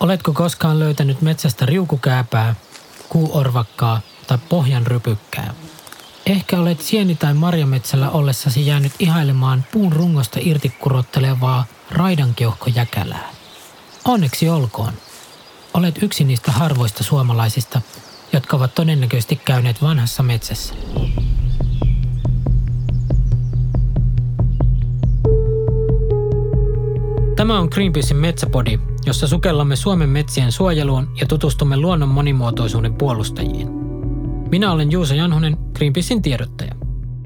Oletko koskaan löytänyt metsästä riukukääpää, kuuorvakkaa tai pohjanrypykkää? Ehkä olet sieni- tai marjametsällä ollessasi jäänyt ihailemaan puun rungosta irti kurottelevaa raidankeuhkojäkälää. Onneksi olkoon. Olet yksi niistä harvoista suomalaisista, jotka ovat todennäköisesti käyneet vanhassa metsässä. Tämä on Greenpeacen Metsäpodi, jossa sukellamme Suomen metsien suojeluun ja tutustumme luonnon monimuotoisuuden puolustajiin. Minä olen Juuso Janhunen, Greenpeacen tiedottaja.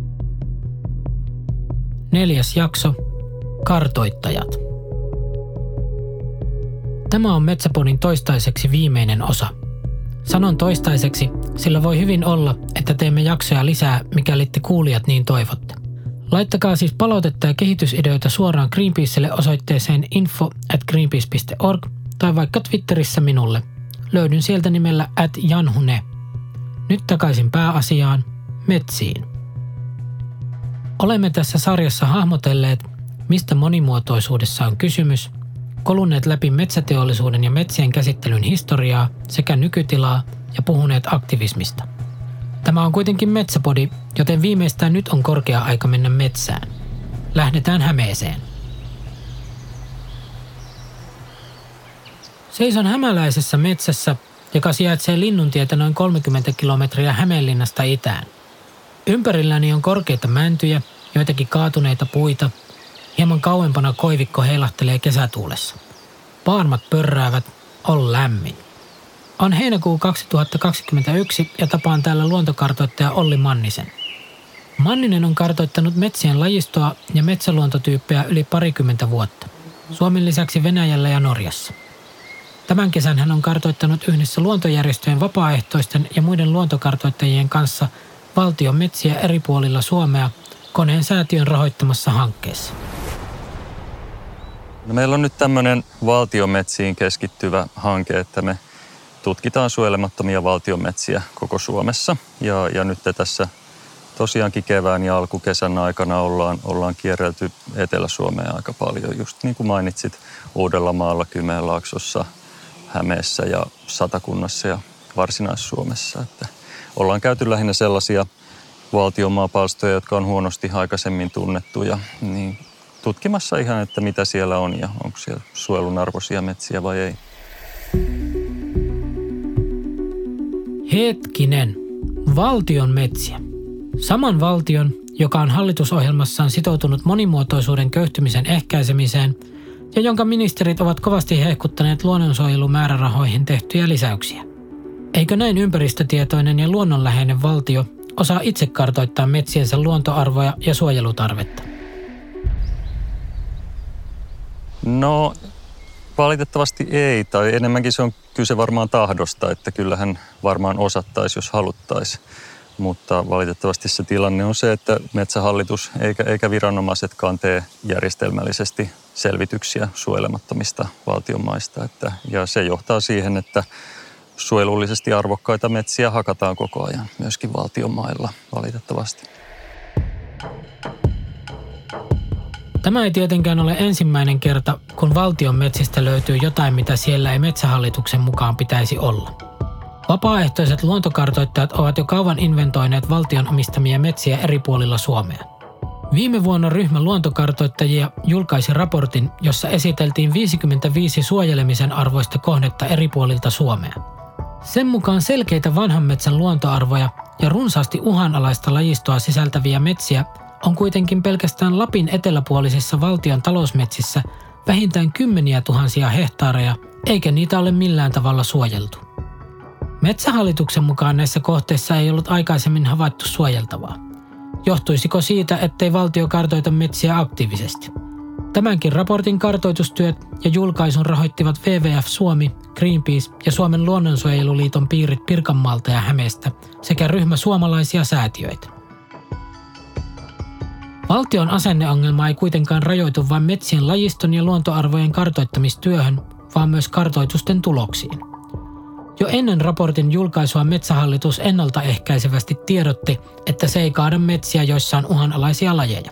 4. jakso. Kartoittajat. Tämä on Metsäpodin toistaiseksi viimeinen osa. Sanon toistaiseksi, sillä voi hyvin olla, että teemme jaksoja lisää, mikäli te kuulijat niin toivotte. Laittakaa siis palautetta ja kehitysideoita suoraan Greenpeacelle osoitteeseen info@greenpeace.org tai vaikka Twitterissä minulle. Löydyn sieltä nimellä @janhune. Nyt takaisin pääasiaan, metsiin. Olemme tässä sarjassa hahmotelleet, mistä monimuotoisuudessa on kysymys, kolunneet läpi metsäteollisuuden ja metsien käsittelyn historiaa sekä nykytilaa ja puhuneet aktivismista. Tämä on kuitenkin Metsäpodi, joten viimeistään nyt on korkea aika mennä metsään. Lähdetään Hämeeseen. Seison hämäläisessä metsässä, joka sijaitsee Linnuntietä noin 30 kilometriä Hämeenlinnasta itään. Ympärilläni on korkeita mäntyjä, joitakin kaatuneita puita. Hieman kauempana koivikko heilahtelee kesätuulessa. Paarmat pörräävät, on lämmin. On heinäkuu 2021 ja tapaan täällä luontokartoittaja Olli Mannisen. Manninen on kartoittanut metsien lajistoa ja metsäluontotyyppejä yli 20 vuotta. Suomen lisäksi Venäjällä ja Norjassa. Tämän kesän hän on kartoittanut yhdessä luontojärjestöjen vapaaehtoisten ja muiden luontokartoittajien kanssa valtion metsiä eri puolilla Suomea Koneen säätiön rahoittamassa hankkeessa. No, meillä on nyt tämmöinen valtionmetsiin keskittyvä hanke, että me tutkitaan suojelemattomia valtionmetsiä koko Suomessa. Ja nyt tässä tosiaankin kevään ja alkukesän aikana ollaan kierrelty Etelä-Suomea aika paljon. Just niin kuin mainitsit, Uudellamaalla, Kymenlaaksossa, Hämeessä ja Satakunnassa ja Varsinais-Suomessa. Että ollaan käyty lähinnä sellaisia valtionmaapalstoja, jotka on huonosti aikaisemmin tunnettuja, niin tutkimassa ihan, että mitä siellä on ja onko siellä suojelun arvoisia metsiä vai ei. Hetkinen. Valtion metsiä. Saman valtion, joka on hallitusohjelmassaan sitoutunut monimuotoisuuden köyhtymisen ehkäisemiseen ja jonka ministerit ovat kovasti hehkuttaneet luonnonsuojelumäärärahoihin tehtyjä lisäyksiä. Eikö näin ympäristötietoinen ja luonnonläheinen valtio osaa itse kartoittaa metsiensä luontoarvoja ja suojelutarvetta? No, valitettavasti ei, tai enemmänkin se on kyse varmaan tahdosta, että kyllähän varmaan osattaisi, jos haluttaisi. Mutta valitettavasti se tilanne on se, että Metsähallitus eikä viranomaisetkaan tee järjestelmällisesti selvityksiä suojelemattomista valtionmaista. Ja se johtaa siihen, että suojelullisesti arvokkaita metsiä hakataan koko ajan, myöskin valtionmailla, valitettavasti. Tämä ei tietenkään ole ensimmäinen kerta, kun valtion metsistä löytyy jotain, mitä siellä ei Metsähallituksen mukaan pitäisi olla. Vapaaehtoiset luontokartoittajat ovat jo kauan inventoineet valtion omistamia metsiä eri puolilla Suomea. Viime vuonna ryhmä luontokartoittajia julkaisi raportin, jossa esiteltiin 55 suojelemisen arvoista kohdetta eri puolilta Suomea. Sen mukaan selkeitä vanhan metsän luontoarvoja ja runsaasti uhanalaista lajistoa sisältäviä metsiä on kuitenkin pelkästään Lapin eteläpuolisissa valtion talousmetsissä vähintään 10 000 hehtaareja, eikä niitä ole millään tavalla suojeltu. Metsähallituksen mukaan näissä kohteissa ei ollut aikaisemmin havaittu suojeltavaa. Johtuisiko siitä, ettei valtio kartoita metsiä aktiivisesti? Tämänkin raportin kartoitustyöt ja julkaisun rahoittivat WWF Suomi, Greenpeace ja Suomen luonnonsuojeluliiton piirit Pirkanmaalta ja Hämeestä sekä ryhmä suomalaisia säätiöitä. Valtion asenneongelma ei kuitenkaan rajoitu vain metsien lajiston ja luontoarvojen kartoittamistyöhön, vaan myös kartoitusten tuloksiin. Jo ennen raportin julkaisua Metsähallitus ennaltaehkäisevästi tiedotti, että se ei kaada metsiä, joissa on uhanalaisia lajeja.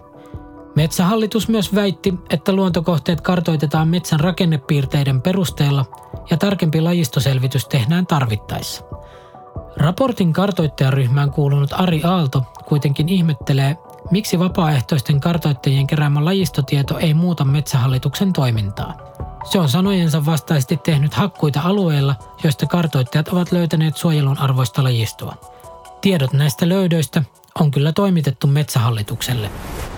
Metsähallitus myös väitti, että luontokohteet kartoitetaan metsän rakennepiirteiden perusteella ja tarkempi lajistoselvitys tehdään tarvittaessa. Raportin kartoittajaryhmään kuulunut Ari Aalto kuitenkin ihmettelee, miksi vapaaehtoisten kartoittajien keräämä lajistotieto ei muuta Metsähallituksen toimintaa. Se on sanojensa vastaisesti tehnyt hakkuita alueilla, joista kartoittajat ovat löytäneet suojelun arvoista lajistoa. Tiedot näistä löydöistä on kyllä toimitettu Metsähallitukselle.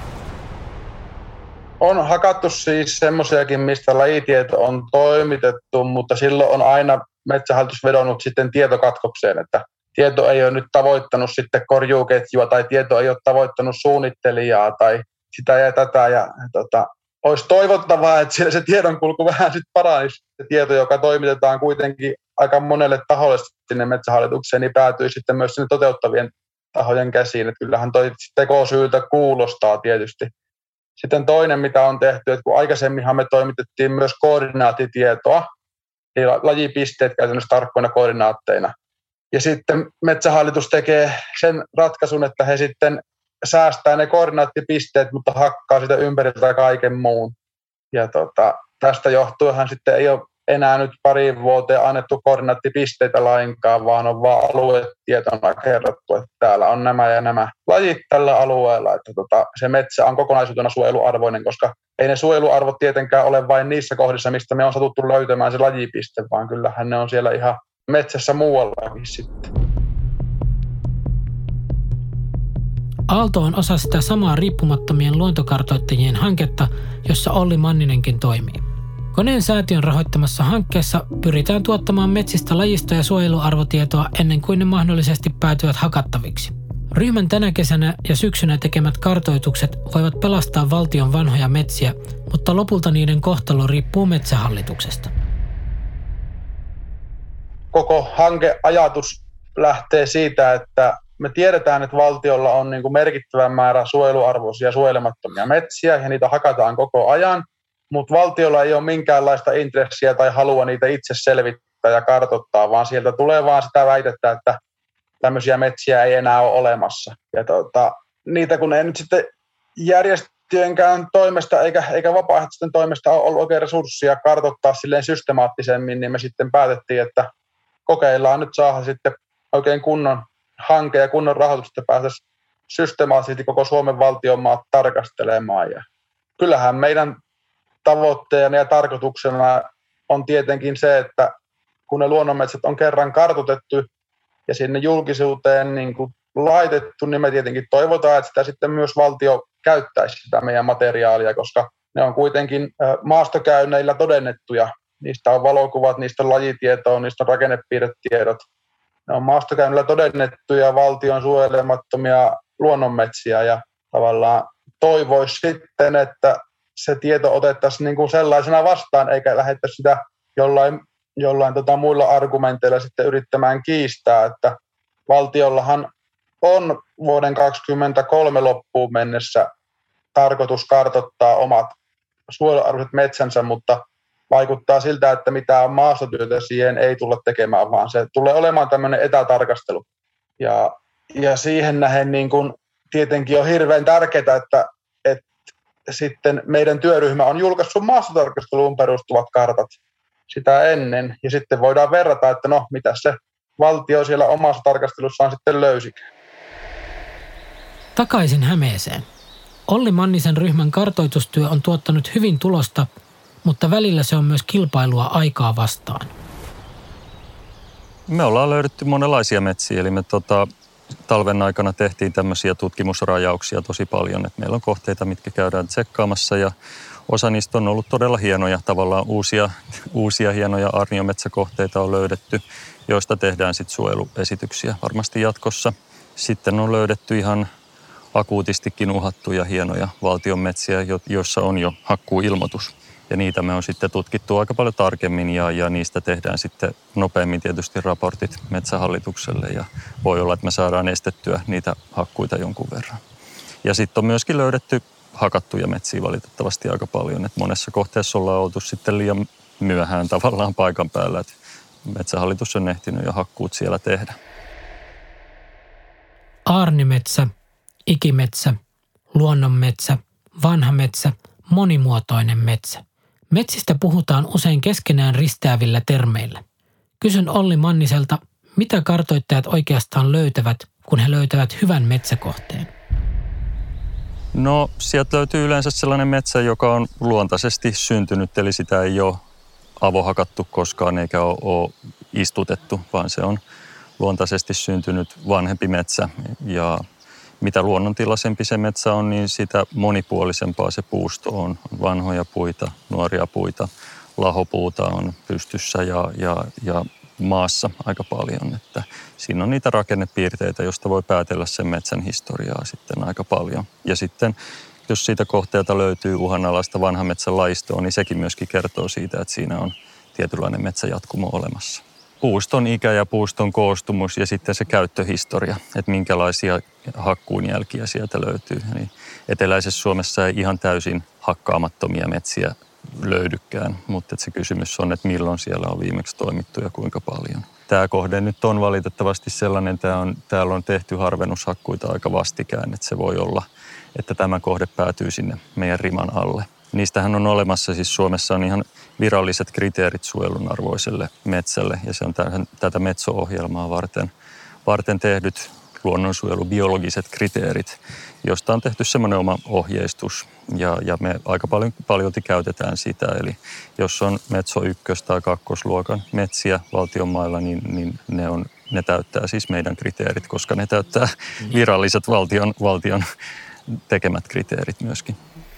On hakattu siis semmoisiakin, mistä lajitieto on toimitettu, mutta silloin on aina Metsähallitus vedonnut sitten tietokatkokseen, että tieto ei ole nyt tavoittanut sitten korjuuketjua tai tieto ei ole tavoittanut suunnittelijaa tai sitä ja tätä. Ja, olisi toivottavaa, että siellä se tiedonkulku vähän sitten paranisi. Se tieto, joka toimitetaan kuitenkin aika monelle taholle sinne Metsähallitukseen, niin päätyy sitten myös sinne toteuttavien tahojen käsiin. Että kyllähän toi tekosyyltä kuulostaa tietysti. Sitten toinen, mitä on tehty, että kun aikaisemminhan me toimitettiin myös koordinaattitietoa, eli lajipisteet käytännössä tarkkoina koordinaatteina. Ja sitten Metsähallitus tekee sen ratkaisun, että he sitten säästää ne koordinaattipisteet, mutta hakkaa sitä ympäriltä kaiken muun. Ja tästä johtuenhan sitten ei ole enää nyt pariin vuoteen annettu koordinaattipisteitä lainkaan, vaan on vaan aluetietona kerrottu, että täällä on nämä ja nämä lajit tällä alueella. Että se metsä on kokonaisuutena suojeluarvoinen, koska ei ne suojeluarvot tietenkään ole vain niissä kohdissa, mistä me on satuttu löytämään se lajipiste, vaan kyllähän ne on siellä ihan metsässä muuallakin sitten. Aalto on osa sitä samaa riippumattomien luontokartoittajien hanketta, jossa Olli Manninenkin toimii. Koneen säätiön rahoittamassa hankkeessa pyritään tuottamaan metsistä lajista ja suojeluarvotietoa ennen kuin ne mahdollisesti päätyvät hakattaviksi. Ryhmän tänä kesänä ja syksynä tekemät kartoitukset voivat pelastaa valtion vanhoja metsiä, mutta lopulta niiden kohtalo riippuu Metsähallituksesta. Koko hankeajatus lähtee siitä, että me tiedetään, että valtiolla on niin kuin merkittävä määrä suojeluarvoisia ja suojelemattomia metsiä ja niitä hakataan koko ajan, mutta valtiolla ei ole minkäänlaista intressiä tai halua niitä itse selvittää ja kartoittaa, vaan sieltä tulee vaan sitä väitettä, että tämmöisiä metsiä ei enää ole olemassa. Ja niitä kun ei nyt sitten järjestöjenkään toimesta eikä vapaaehtoisten toimesta ole ollut oikein resursseja kartoittaa silleen systemaattisemmin, niin me sitten päätettiin, että kokeillaan nyt saada sitten oikein kunnon hanke ja kunnon rahoitusta päästäisiin systemaattisesti koko Suomen valtion maat tarkastelemaan. Ja kyllähän meidän tavoitteena ja tarkoituksena on tietenkin se, että kun ne luonnonmetsät on kerran kartoitettu ja sinne julkisuuteen niin kuin laitettu, niin me tietenkin toivotaan, että sitä sitten myös valtio käyttäisi sitä meidän materiaalia, koska ne on kuitenkin maastokäynneillä todennettuja. Niistä on valokuvat, niistä on lajitietoa, niistä on rakennepiirretiedot. Ne on maastokäynnillä todennettuja valtion suojelemattomia luonnonmetsiä ja tavallaan toivoisi sitten, että se tieto otettaisiin niin kuin sellaisena vastaan eikä lähdettäisi sitä jollain muilla argumenteilla sitten yrittämään kiistää, että valtiollahan on vuoden 2023 loppuun mennessä tarkoitus kartoittaa omat suojeluarvoiset metsänsä, mutta vaikuttaa siltä, että mitään maastotyötä siihen ei tulla tekemään, vaan se tulee olemaan tämmöinen etätarkastelu. Ja siihen nähden niin kun tietenkin on hirveän tärkeää, että sitten meidän työryhmä on julkaissut maastotarkasteluun perustuvat kartat sitä ennen, ja sitten voidaan verrata, että no, mitä se valtio siellä omassa tarkastelussaan sitten löysikään. Takaisin Hämeeseen. Olli Mannisen ryhmän kartoitustyö on tuottanut hyvin tulosta, mutta välillä se on myös kilpailua aikaa vastaan. Me ollaan löydetty monenlaisia metsiä, eli me talven aikana tehtiin tämmöisiä tutkimusrajauksia tosi paljon, että meillä on kohteita, mitkä käydään tsekkaamassa ja osa niistä on ollut todella hienoja, tavallaan uusia hienoja aarniometsäkohteita on löydetty, joista tehdään sitten suojeluesityksiä varmasti jatkossa. Sitten on löydetty ihan akuutistikin uhattuja hienoja valtionmetsiä, joissa on jo hakkuuilmoitus. Ja niitä me on sitten tutkittu aika paljon tarkemmin ja niistä tehdään sitten nopeammin tietysti raportit Metsähallitukselle ja voi olla, että me saadaan estettyä niitä hakkuita jonkun verran. Ja sitten on myöskin löydetty hakattuja metsiä valitettavasti aika paljon, että monessa kohteessa ollaan oltu sitten liian myöhään tavallaan paikan päällä, että Metsähallitus on ehtinyt jo hakkuut siellä tehdä. Aarnimetsä, ikimetsä, luonnonmetsä, vanha metsä, monimuotoinen metsä. Metsistä puhutaan usein keskenään risteävillä termeillä. Kysyn Olli Manniselta, mitä kartoittajat oikeastaan löytävät, kun he löytävät hyvän metsäkohteen? No, sieltä löytyy yleensä sellainen metsä, joka on luontaisesti syntynyt, eli sitä ei ole avohakattu koskaan eikä ole istutettu, vaan se on luontaisesti syntynyt vanhempi metsä. Ja mitä luonnontilaisempi se metsä on, niin sitä monipuolisempaa se puusto on. Vanhoja puita, nuoria puita, lahopuuta on pystyssä ja maassa aika paljon. Että siinä on niitä rakennepiirteitä, joista voi päätellä sen metsän historiaa sitten aika paljon. Ja sitten jos siitä kohteelta löytyy uhanalaista vanhan metsän laistoa, niin sekin myöskin kertoo siitä, että siinä on tietynlainen metsäjatkumo olemassa. Puuston ikä ja puuston koostumus ja sitten se käyttöhistoria, että minkälaisia hakkuunjälkiä sieltä löytyy. Eli eteläisessä Suomessa ei ihan täysin hakkaamattomia metsiä löydykään, mutta se kysymys on, että milloin siellä on viimeksi toimittu ja kuinka paljon. Tämä kohde nyt on valitettavasti sellainen, täällä on tehty harvennushakkuita aika vastikään, että se voi olla, että tämä kohde päätyy sinne meidän riman alle. Niistähän on olemassa, siis Suomessa on ihan viralliset kriteerit suojelun arvoiselle metsälle ja se on tätä Metso-ohjelmaa varten tehdyt luonnonsuojelubiologiset kriteerit, josta on tehty semmoinen oma ohjeistus ja me aika paljolti käytetään sitä. Eli jos on Metso 1- tai 2-luokan metsiä valtion mailla, niin ne täyttää siis meidän kriteerit, koska ne täyttää viralliset valtion tekemät kriteerit myöskin.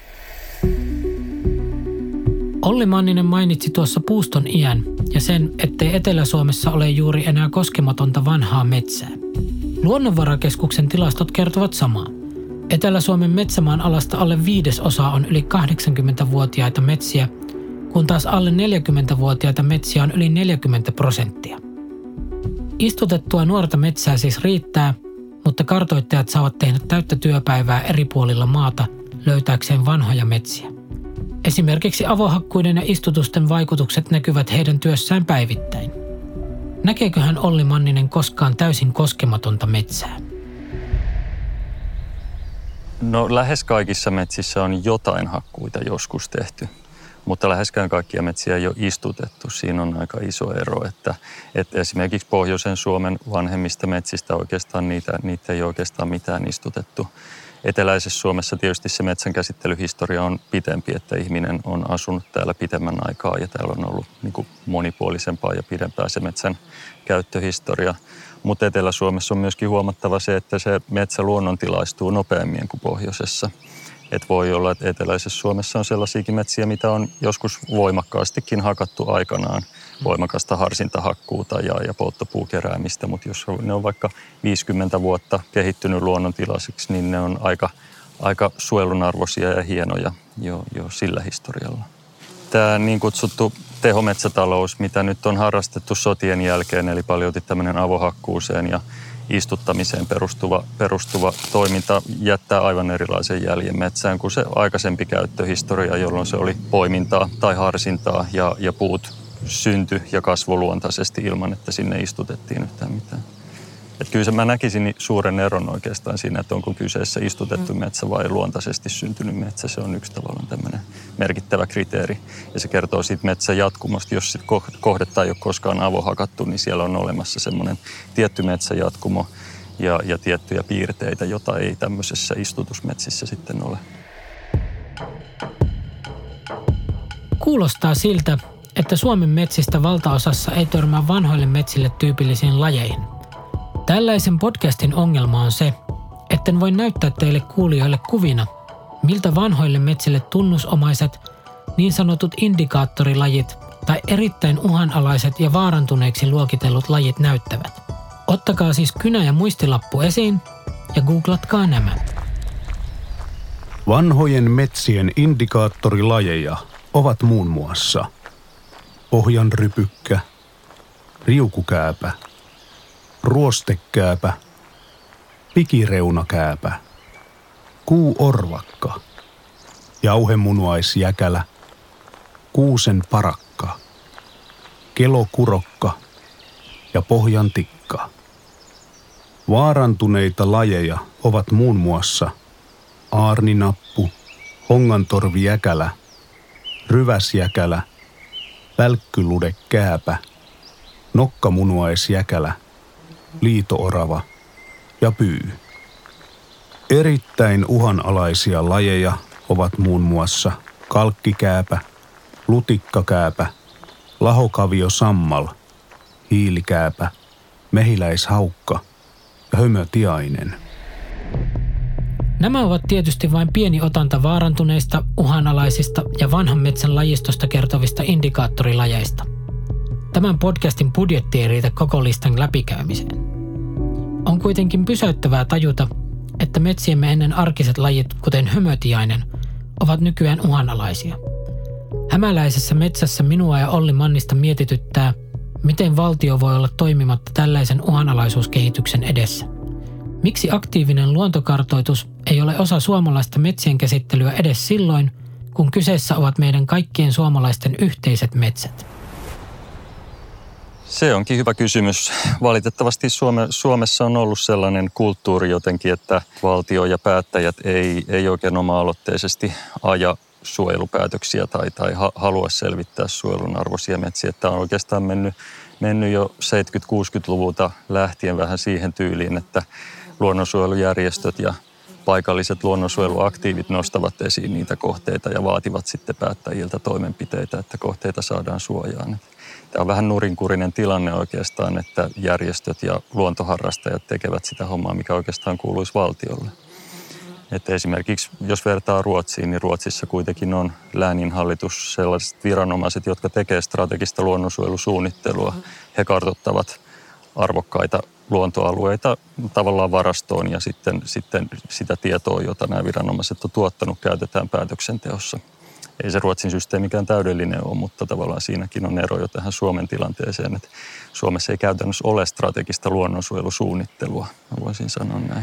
Olli Manninen mainitsi tuossa puuston iän ja sen, ettei Etelä-Suomessa ole juuri enää koskematonta vanhaa metsää. Luonnonvarakeskuksen tilastot kertovat samaa. Etelä-Suomen metsämaan alasta alle 1/5 on yli 80-vuotiaita metsiä, kun taas alle 40-vuotiaita metsiä on yli 40%. Istutettua nuorta metsää siis riittää, mutta kartoittajat saavat tehdä täyttä työpäivää eri puolilla maata löytääkseen vanhoja metsiä. Esimerkiksi avohakkuiden ja istutusten vaikutukset näkyvät heidän työssään päivittäin. Näkeeköhän Olli Manninen koskaan täysin koskematonta metsää? No lähes kaikissa metsissä on jotain hakkuita joskus tehty, mutta läheskään kaikkia metsiä ei ole istutettu. Siinä on aika iso ero, että esimerkiksi Pohjoisen Suomen vanhemmista metsistä oikeastaan niitä ei oikeastaan mitään istutettu. Eteläisessä Suomessa tietysti se metsänkäsittelyhistoria on pitempi, että ihminen on asunut täällä pitemmän aikaa ja täällä on ollut niin kuin monipuolisempaa ja pidempää se metsän käyttöhistoria. Mutta Etelä-Suomessa on myöskin huomattava se, että se metsä luonnontilaistuu nopeammin kuin pohjoisessa. Et voi olla, että eteläisessä Suomessa on sellaisiakin metsiä, mitä on joskus voimakkaastikin hakattu aikanaan, voimakasta harsintahakkuuta ja polttopuukeräämistä, mutta jos ne on vaikka 50 vuotta kehittynyt luonnontilaisiksi, niin ne on aika suojelunarvoisia ja hienoja jo sillä historialla. Tämä niin kutsuttu tehometsätalous, mitä nyt on harrastettu sotien jälkeen, eli paljolti tämmöinen avohakkuuseen ja istuttamiseen perustuva toiminta jättää aivan erilaisen jäljen metsään kuin se aikaisempi käyttöhistoria, jolloin se oli poimintaa tai harsintaa ja puut syntyi ja kasvoi luontaisesti ilman, että sinne istutettiin yhtään mitään. Että kyllä mä näkisin suuren eron oikeastaan siinä, että onko kyseessä istutettu metsä vai luontaisesti syntynyt metsä. Se on yksi tavallaan tämmöinen merkittävä kriteeri. Ja se kertoo siitä metsän jatkumosta. Jos sit kohdetta ei ole koskaan avohakattu, niin siellä on olemassa semmoinen tietty metsäjatkumo ja tiettyjä piirteitä, jota ei tämmöisessä istutusmetsissä sitten ole. Kuulostaa siltä, että Suomen metsistä valtaosassa ei törmää vanhoille metsille tyypillisiin lajeihin. Tällaisen podcastin ongelma on se, etten voi näyttää teille kuulijoille kuvina, miltä vanhoille metsille tunnusomaiset, niin sanotut indikaattorilajit tai erittäin uhanalaiset ja vaarantuneiksi luokitellut lajit näyttävät. Ottakaa siis kynä ja muistilappu esiin ja googlatkaa nämä. Vanhojen metsien indikaattorilajeja ovat muun muassa pohjanrypykkä, riukukääpä, ruostekääpä, pikireunakääpä, kuuorvakka, jauhemunuaisjäkälä, kuusen parakka, kelokurokka ja pohjantikka. Vaarantuneita lajeja ovat muun muassa aarninappu, hongantorvijäkälä, ryväsjäkälä, välkkyludekääpä, nokkamunuaisjäkälä, liito-orava ja pyy. Erittäin uhanalaisia lajeja ovat muun muassa kalkkikääpä, lutikkakääpä, lahokaviosammal, hiilikääpä, mehiläishaukka ja hömötiainen. Nämä ovat tietysti vain pieni otanta vaarantuneista, uhanalaisista ja vanhan metsän lajistosta kertovista indikaattorilajeista. Tämän podcastin budjetti ei riitä koko listan läpikäymiseen. On kuitenkin pysäyttävää tajuta, että metsiemme ennen arkiset lajit, kuten hömötiainen, ovat nykyään uhanalaisia. Hämäläisessä metsässä minua ja Olli Mannista mietityttää, miten valtio voi olla toimimatta tällaisen uhanalaisuuskehityksen edessä. Miksi aktiivinen luontokartoitus ei ole osa suomalaista metsien käsittelyä edes silloin, kun kyseessä ovat meidän kaikkien suomalaisten yhteiset metsät? Se onkin hyvä kysymys. Valitettavasti Suomessa on ollut sellainen kulttuuri jotenkin, että valtio ja päättäjät ei oikein oma-aloitteisesti aja suojelupäätöksiä tai halua selvittää suojelun arvoisia metsiä. Tämä on oikeastaan mennyt jo 70-60-luvulta lähtien vähän siihen tyyliin, että luonnonsuojelujärjestöt ja paikalliset luonnonsuojeluaktiivit nostavat esiin niitä kohteita ja vaativat sitten päättäjiltä toimenpiteitä, että kohteita saadaan suojaan. Tämä on vähän nurinkurinen tilanne oikeastaan, että järjestöt ja luontoharrastajat tekevät sitä hommaa, mikä oikeastaan kuuluisi valtiolle. Että esimerkiksi jos vertaa Ruotsiin, niin Ruotsissa kuitenkin on lääninhallitus, sellaiset viranomaiset, jotka tekevät strategista luonnonsuojelusuunnittelua. He kartoittavat arvokkaita luontoalueita tavallaan varastoon ja sitten sitä tietoa, jota nämä viranomaiset on tuottanut, käytetään päätöksenteossa. Ei se Ruotsin systeemikään täydellinen ole, mutta tavallaan siinäkin on ero jo tähän Suomen tilanteeseen, että Suomessa ei käytännössä ole strategista luonnonsuojelusuunnittelua, mä voisin sanoa näin.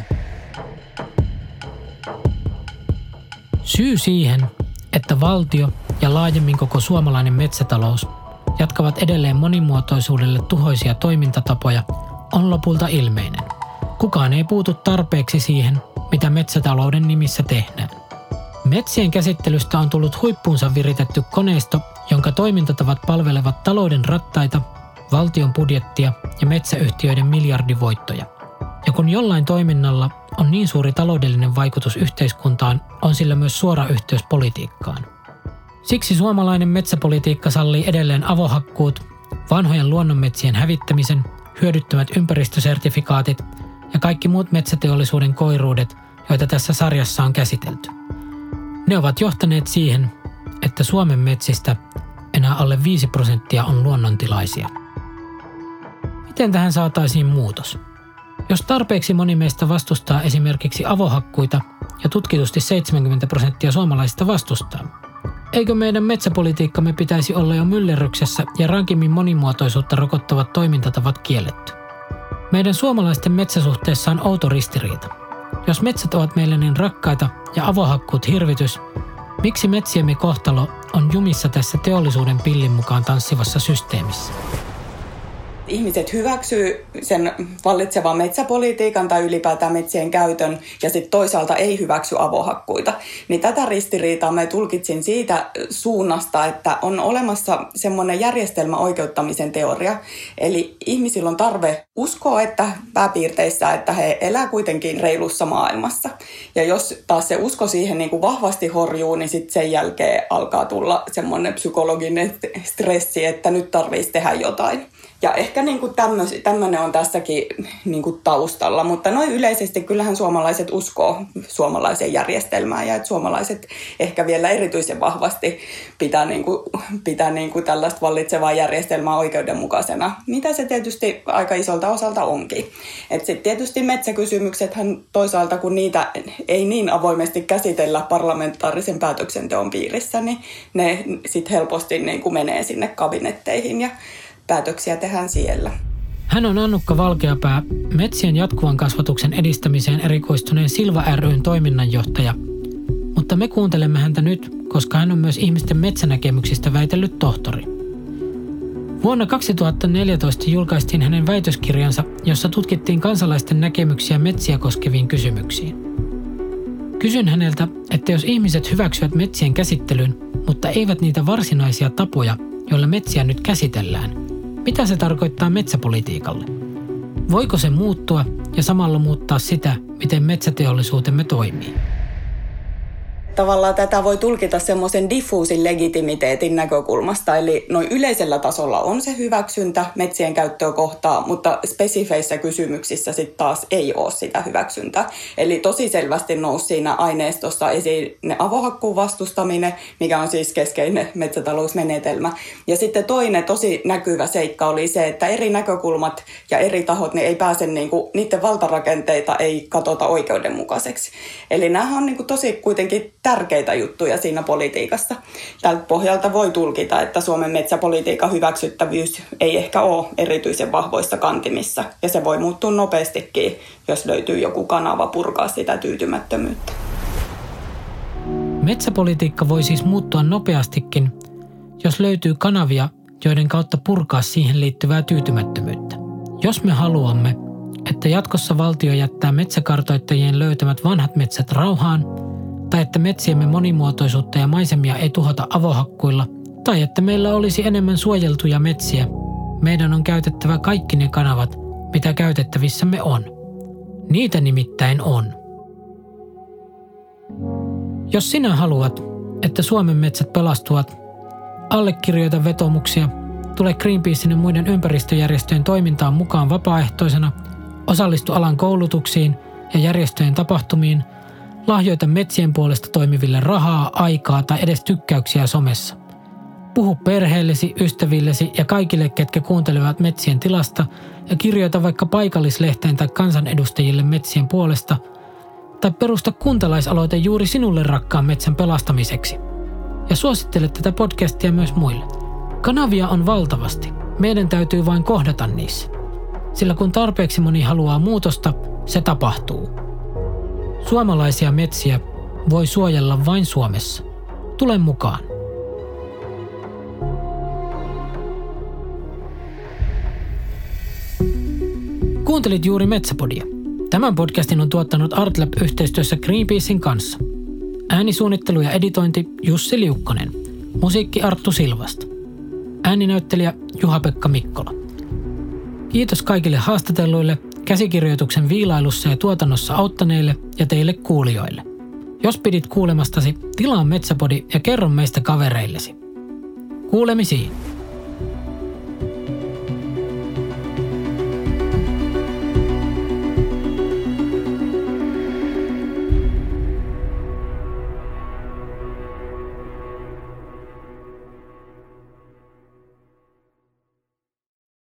Syy siihen, että valtio ja laajemmin koko suomalainen metsätalous jatkavat edelleen monimuotoisuudelle tuhoisia toimintatapoja, on lopulta ilmeinen. Kukaan ei puutu tarpeeksi siihen, mitä metsätalouden nimissä tehdään. Metsien käsittelystä on tullut huippuunsa viritetty koneisto, jonka toimintatavat palvelevat talouden rattaita, valtion budjettia ja metsäyhtiöiden miljardivoittoja. Ja kun jollain toiminnalla on niin suuri taloudellinen vaikutus yhteiskuntaan, on sillä myös suora yhteys politiikkaan. Siksi suomalainen metsäpolitiikka sallii edelleen avohakkuut, vanhojen luonnonmetsien hävittämisen, hyödyttömät ympäristösertifikaatit ja kaikki muut metsäteollisuuden koiruudet, joita tässä sarjassa on käsitelty. Ne ovat johtaneet siihen, että Suomen metsistä enää alle 5% on luonnontilaisia. Miten tähän saataisiin muutos? Jos tarpeeksi moni meistä vastustaa esimerkiksi avohakkuita ja tutkitusti 70% suomalaisista vastustaa, eikö meidän metsäpolitiikkamme pitäisi olla jo myllerryksessä ja rankimmin monimuotoisuutta rokottavat toimintatavat kielletty? Meidän suomalaisten metsäsuhteessa on outo ristiriita. Jos metsät ovat meille niin rakkaita ja avohakkuut hirvitys, miksi metsiemme kohtalo on jumissa tässä teollisuuden pillin mukaan tanssivassa systeemissä? Ihmiset hyväksyy sen vallitsevan metsäpolitiikan tai ylipäätään metsien käytön ja sitten toisaalta ei hyväksy avohakkuita. Niin tätä ristiriitaa mä tulkitsin siitä suunnasta, että on olemassa semmoinen järjestelmäoikeuttamisen teoria. Eli ihmisillä on tarve uskoa, että pääpiirteissä, että he elää kuitenkin reilussa maailmassa. Ja jos taas se usko siihen niin kuin vahvasti horjuu, niin sitten sen jälkeen alkaa tulla semmoinen psykologinen stressi, että nyt tarvitsisi tehdä jotain. Ja ehkä niin kuin tämmöinen on tässäkin niin kuin taustalla, mutta noin yleisesti kyllähän suomalaiset uskoo suomalaiseen järjestelmään ja että suomalaiset ehkä vielä erityisen vahvasti pitää niin kuin tällaista vallitsevaa järjestelmää oikeudenmukaisena, mitä se tietysti aika isolta osalta onkin. Että sitten tietysti metsäkysymyksethän toisaalta, kun niitä ei niin avoimesti käsitellä parlamentaarisen päätöksenteon piirissä, niin ne sitten helposti niin kuin menee sinne kabinetteihin ja päätöksiä tehdään siellä. Hän on Annukka Valkeapää, metsien jatkuvan kasvatuksen edistämiseen erikoistuneen Silva ry:n toiminnanjohtaja. Mutta me kuuntelemme häntä nyt, koska hän on myös ihmisten metsänäkemyksistä väitellyt tohtori. Vuonna 2014 julkaistiin hänen väitöskirjansa, jossa tutkittiin kansalaisten näkemyksiä metsiä koskeviin kysymyksiin. Kysyn häneltä, että jos ihmiset hyväksyvät metsien käsittelyn, mutta eivät niitä varsinaisia tapoja, joilla metsiä nyt käsitellään. Mitä se tarkoittaa metsäpolitiikalle? Voiko se muuttua ja samalla muuttaa sitä, miten metsäteollisuutemme toimii? Tavallaan tätä voi tulkita semmoisen diffuusin legitimiteetin näkökulmasta, eli noin yleisellä tasolla on se hyväksyntä metsien käyttöä kohtaan, mutta spesifeissä kysymyksissä sitten taas ei ole sitä hyväksyntää. Eli tosi selvästi nousi siinä aineistossa esiin ne avohakkuun vastustaminen, mikä on siis keskeinen metsätalousmenetelmä. Ja sitten toinen tosi näkyvä seikka oli se, että eri näkökulmat ja eri tahot ne ei pääse, niiden valtarakenteita ei katsota oikeudenmukaiseksi. Eli nämä on tosi kuitenkin tärkeitä juttuja siinä politiikassa. Tältä pohjalta voi tulkita, että Suomen metsäpolitiikan hyväksyttävyys ei ehkä ole erityisen vahvoissa kantimissa. Ja se voi muuttua nopeastikin, jos löytyy joku kanava purkaa sitä tyytymättömyyttä. Metsäpolitiikka voi siis muuttua nopeastikin, jos löytyy kanavia, joiden kautta purkaa siihen liittyvää tyytymättömyyttä. Jos me haluamme, että jatkossa valtio jättää metsäkartoittajien löytämät vanhat metsät rauhaan, tai että metsiemme monimuotoisuutta ja maisemia ei tuhota avohakkuilla, tai että meillä olisi enemmän suojeltuja metsiä, meidän on käytettävä kaikki ne kanavat, mitä käytettävissämme on. Niitä nimittäin on. Jos sinä haluat, että Suomen metsät pelastuvat, allekirjoita vetoomuksia, tule Greenpeacen ja muiden ympäristöjärjestöjen toimintaan mukaan vapaaehtoisena, osallistu alan koulutuksiin ja järjestöjen tapahtumiin, lahjoita metsien puolesta toimiville rahaa, aikaa tai edes tykkäyksiä somessa. Puhu perheellesi, ystävillesi ja kaikille, ketkä kuuntelevat metsien tilasta ja kirjoita vaikka paikallislehteen tai kansanedustajille metsien puolesta tai perusta kuntalaisaloite juuri sinulle rakkaan metsän pelastamiseksi. Ja suosittele tätä podcastia myös muille. Kanavia on valtavasti. Meidän täytyy vain kohdata niissä. Sillä kun tarpeeksi moni haluaa muutosta, se tapahtuu. Suomalaisia metsiä voi suojella vain Suomessa. Tule mukaan. Kuuntelit juuri Metsäpodia. Tämän podcastin on tuottanut Artlab yhteistyössä Greenpeacen kanssa. Äänisuunnittelu ja editointi Jussi Liukkonen. Musiikki Arttu Silvasta. Ääninäyttelijä Juha-Pekka Mikkola. Kiitos kaikille haastatelluille, käsikirjoituksen viilailussa ja tuotannossa auttaneille ja teille kuulijoille. Jos pidit kuulemastasi, tilaa Metsäpodi ja kerro meistä kavereillesi. Kuulemisiin!